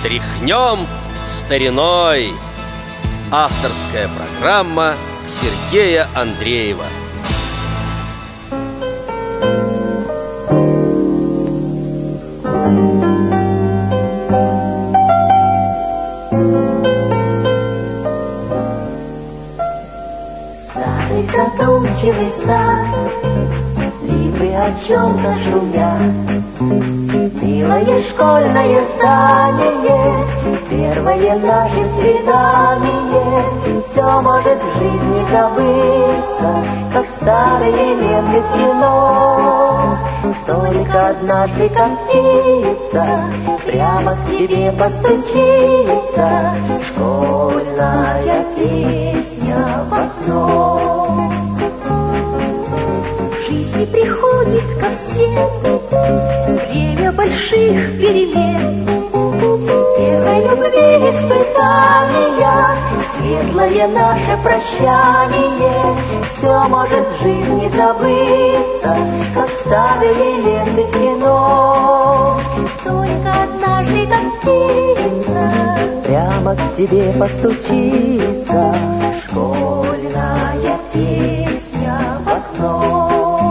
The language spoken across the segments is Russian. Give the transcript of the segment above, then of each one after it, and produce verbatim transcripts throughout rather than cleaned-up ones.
Тряхнем стариной. Авторская программа Сергея Андреева. Старый задумчивый сад, липы о чем-то шумят. Милое школьное здание, первое наше свидание. Все может в жизни забыться, как старые ленты в кино. Только однажды, как птица, прямо к тебе постучится школьная песня в окно. В жизни приходит ко всем время больших перемен, первой любви испытания, светлое наше прощание. Все может в жизни забыться, как старые ленты в кино. Только однажды, как птица, прямо к тебе постучится школьная песня в окно.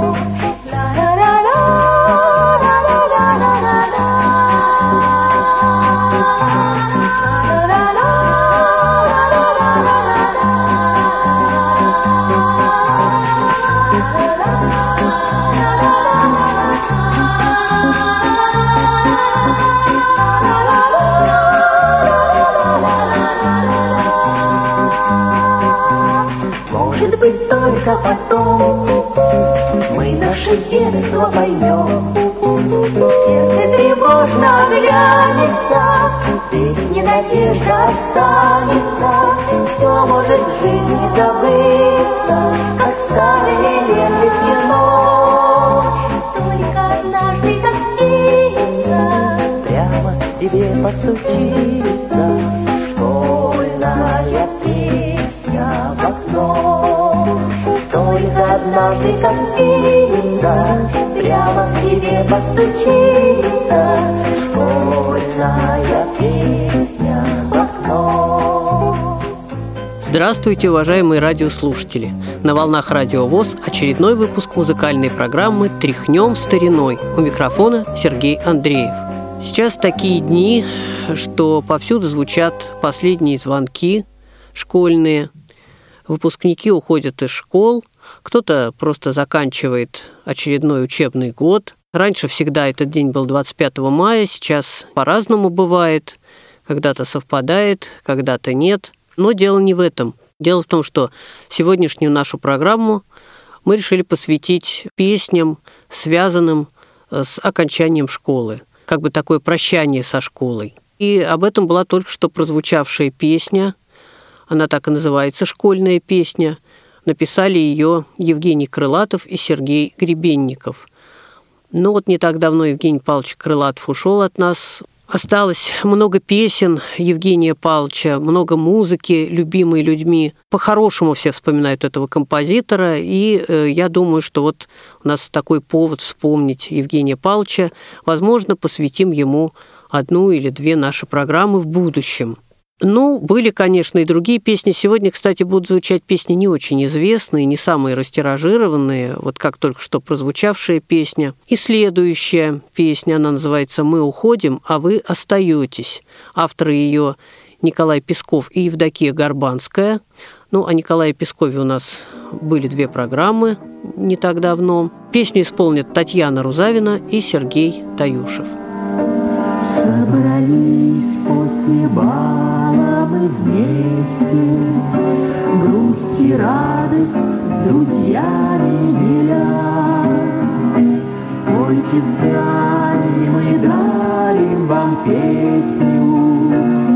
Только потом мы наше детство поймем. Сердце тревожно оглянется, песни надежда останется. Все может в жизни забыться, как старые ленты в кино. Только однажды, как птица, прямо к тебе постучится школьная песня в окно. Только однажды, как птица, прямо к тебе постучится школьная песня в окно. Здравствуйте, уважаемые радиослушатели! На волнах Радио ВОС очередной выпуск музыкальной программы «Тряхнем стариной». У микрофона Сергей Андреев. Сейчас такие дни, что повсюду звучат последние звонки школьные. Выпускники уходят из школ, кто-то просто заканчивает очередной учебный год. Раньше всегда этот день был двадцать пятого мая, сейчас по-разному бывает. Когда-то совпадает, когда-то нет. Но дело не в этом. Дело в том, что сегодняшнюю нашу программу мы решили посвятить песням, связанным с окончанием школы. Как бы такое прощание со школой. И об этом была только что прозвучавшая песня. Она так и называется «Школьная песня». Написали ее Евгений Крылатов и Сергей Гребенников. Но вот не так давно Евгений Павлович Крылатов ушел от нас. Осталось много песен Евгения Павловича, много музыки, любимой людьми. По-хорошему все вспоминают этого композитора, и э, я думаю, что вот у нас такой повод вспомнить Евгения Павловича. Возможно, посвятим ему одну или две наши программы в будущем. Ну, были, конечно, и другие песни. Сегодня, кстати, будут звучать песни не очень известные, не самые растиражированные, вот как только что прозвучавшая песня. И следующая песня, она называется «Мы уходим, а вы остаетесь». Авторы ее Николай Песков и Евдокия Горбанская. Ну, о Николае Пескове у нас были две программы не так давно. Песню исполнят Татьяна Рузавина и Сергей Таюшев. Собрались после бала мы вместе, грусть и радость с друзьями деля. Пойте с нами, мы дарим вам песню,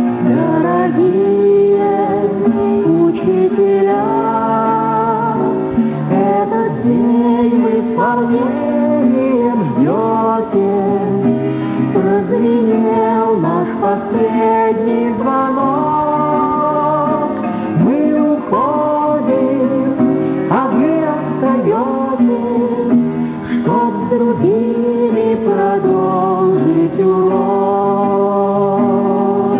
дорогие учителя. Этот день вы с волнением ждете. Прозвенел наш последний звонок. Мы уходим, а вы остаетесь, чтоб с другими продолжить урок.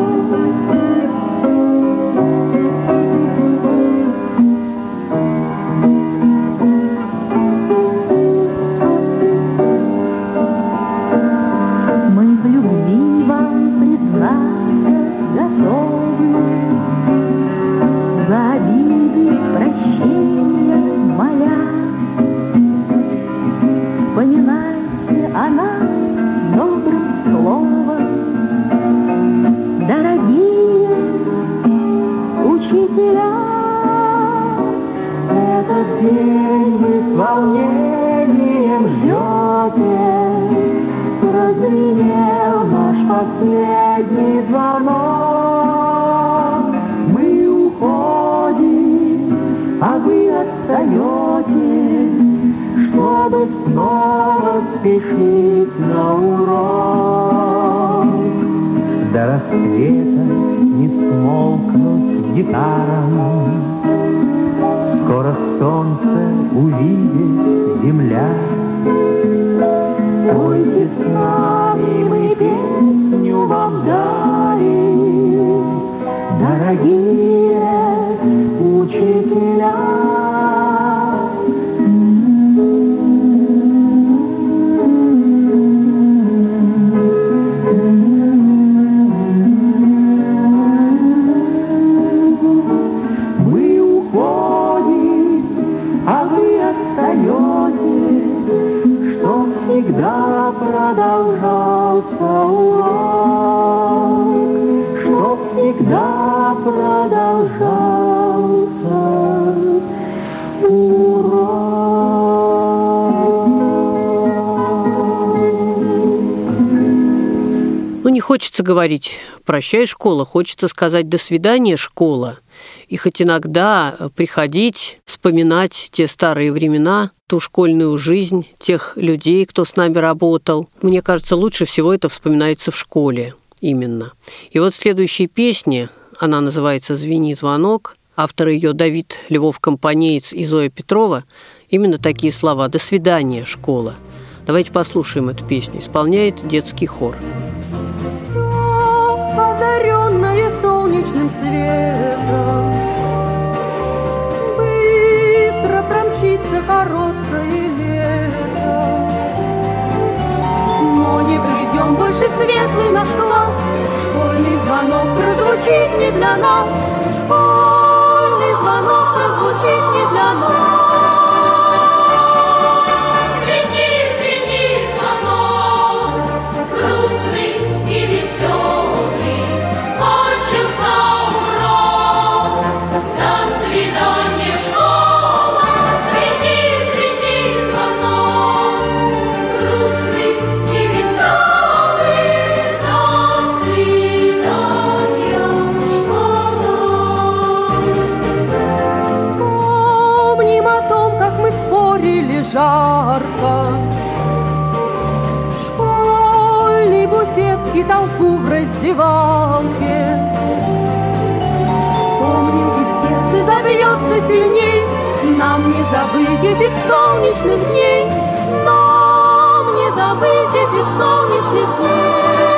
прозвенел наш последний звонок. Мы уходим, а вы остаетесь, чтобы снова спешить на урок. До рассвета не смолкнуть гитарам, скоро солнце увидит земля. Пойте с нами, мы песню вам дарим, дорогие учителя. Всегда продолжался урок, чтоб всегда продолжался урок. Ну, не хочется говорить «прощай, школа», хочется сказать «до свидания, школа». И хоть иногда приходить, вспоминать те старые времена, ту школьную жизнь, тех людей, кто с нами работал. Мне кажется, лучше всего это вспоминается в школе именно. И вот следующая песня, она называется «Звени звонок», автор ее Давид Львов-Компанеец и Зоя Петрова, именно такие слова «До свидания, школа». Давайте послушаем эту песню. Исполняет детский хор. Все озаренное солнечным светом, быстро промчится короткое лето. Но не придем больше в светлый наш класс, школьный звонок прозвучит не для нас, школьный звонок прозвучит не для нас. Жарко, школьный буфет и толпу в раздевалке. Вспомним, и сердце забьется сильней. Нам не забыть этих солнечных дней, нам не забыть этих солнечных дней.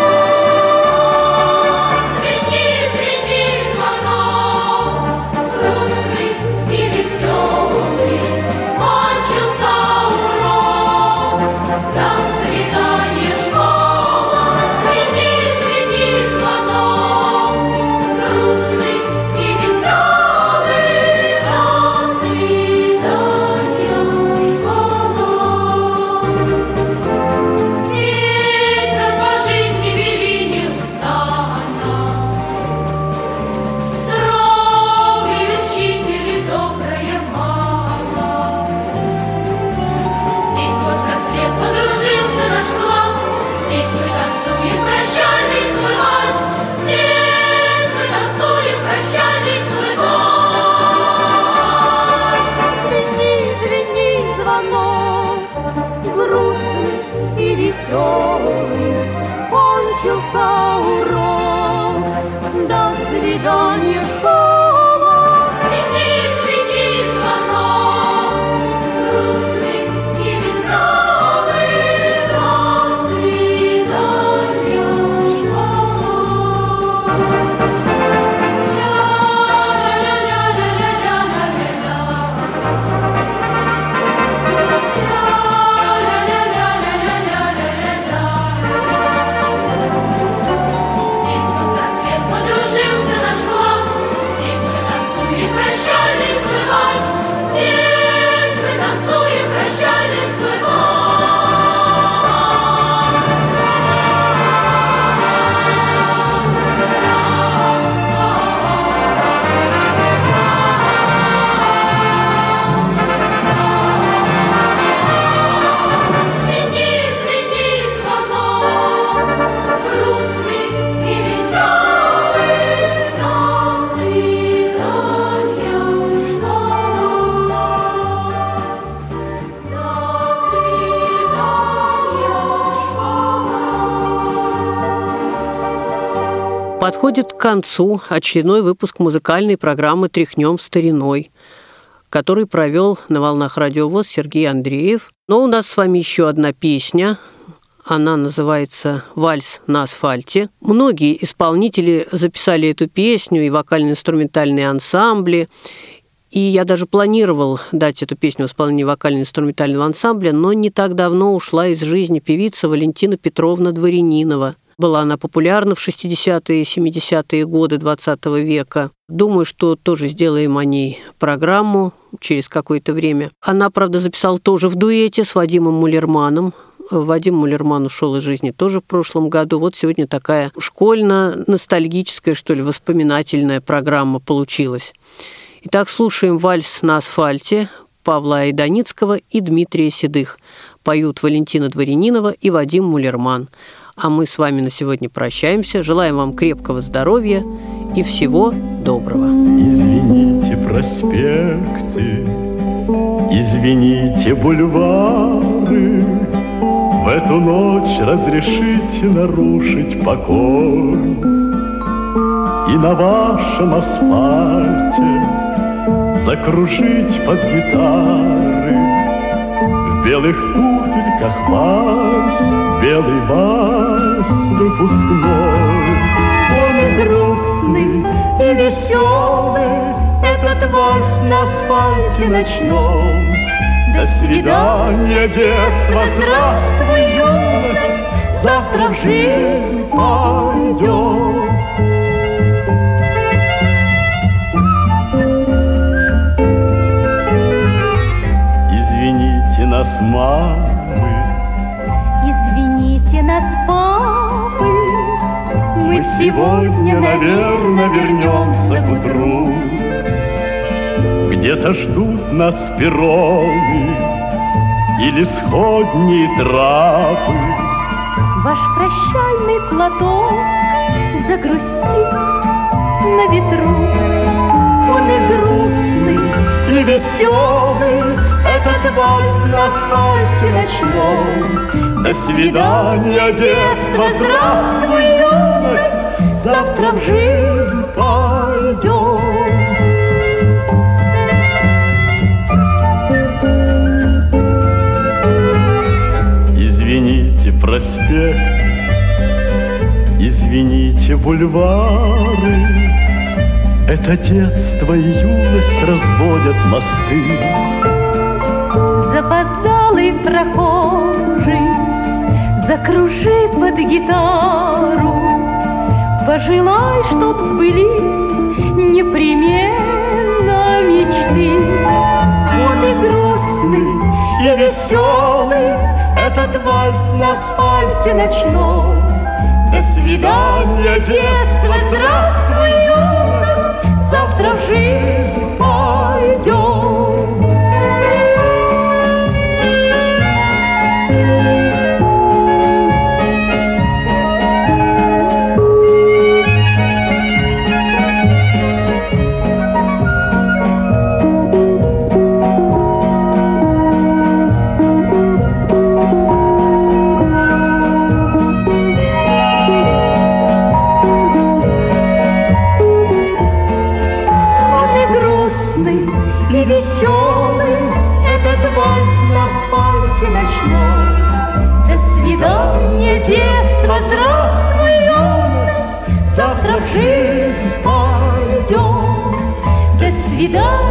Кончился урок, до свидания, школа. Звени, звени звонок, грустный и веселый. До свидания, школа. Ля-ля-ля-ля-ля-ля-ля-ля-ля-ля-ля-ля-ля-ля-ля-ля. Подходит к концу очередной выпуск музыкальной программы «Тряхнем стариной», который провел на волнах Радио ВОС Сергей Андреев. Но у нас с вами еще одна песня. Она называется «Вальс на асфальте». Многие исполнители записали эту песню, и вокально-инструментальные ансамбли. И я даже планировал дать эту песню в исполнении вокально-инструментального ансамбля, но не так давно ушла из жизни певица Валентина Петровна Дворянинова. Была она популярна в шестидесятые и семидесятые годы двадцатого века. Думаю, что тоже сделаем о ней программу через какое-то время. Она, правда, записала тоже в дуэте с Вадимом Мулерманом. Вадим Мулерман ушел из жизни тоже в прошлом году. Вот сегодня такая школьно-ностальгическая, что ли, воспоминательная программа получилась. Итак, слушаем «Вальс на асфальте» Павла Айданицкого и Дмитрия Седых. Поют Валентина Дворянинова и Вадим Мулерман. А мы с вами на сегодня прощаемся. Желаем вам крепкого здоровья и всего доброго. Извините проспекты, извините бульвары, в эту ночь разрешите нарушить покой. И на вашем асфальте закружить под гитары, в белых туфельках вальс, белый вальс выпускной. Он и грустный, и веселый, этот вальс на асфальте ночном. До свидания, детство, здравствуй, юность, завтра в жизнь пойдем. Извините нас, мамы, Извините нас, папы, мы сегодня, наверное, вернемся к утру. Где-то ждут нас перроны или сходни трапы. Ваш прощальный платок загрустит на ветру. Он и грустный, И веселый, этот вальс на асфальте ночном. До свидания, детство, здравствуй, юность, Завтра в жизнь пойдем. Извините проспект, извините бульвары, это детство и юность разводят мосты. запоздалый прохожий, закружи под гитару, пожелай, чтоб сбылись непременно мечты. Он и грустный, и веселый, этот вальс на асфальте ночном. До свидания, детство, здравствуй, юность, завтра в жизнь пойдем. И веселый, этот вальс на асфальте ночном. До свидания, детство, здравствуй, юность, Завтра в жизнь пойдем. до свидания.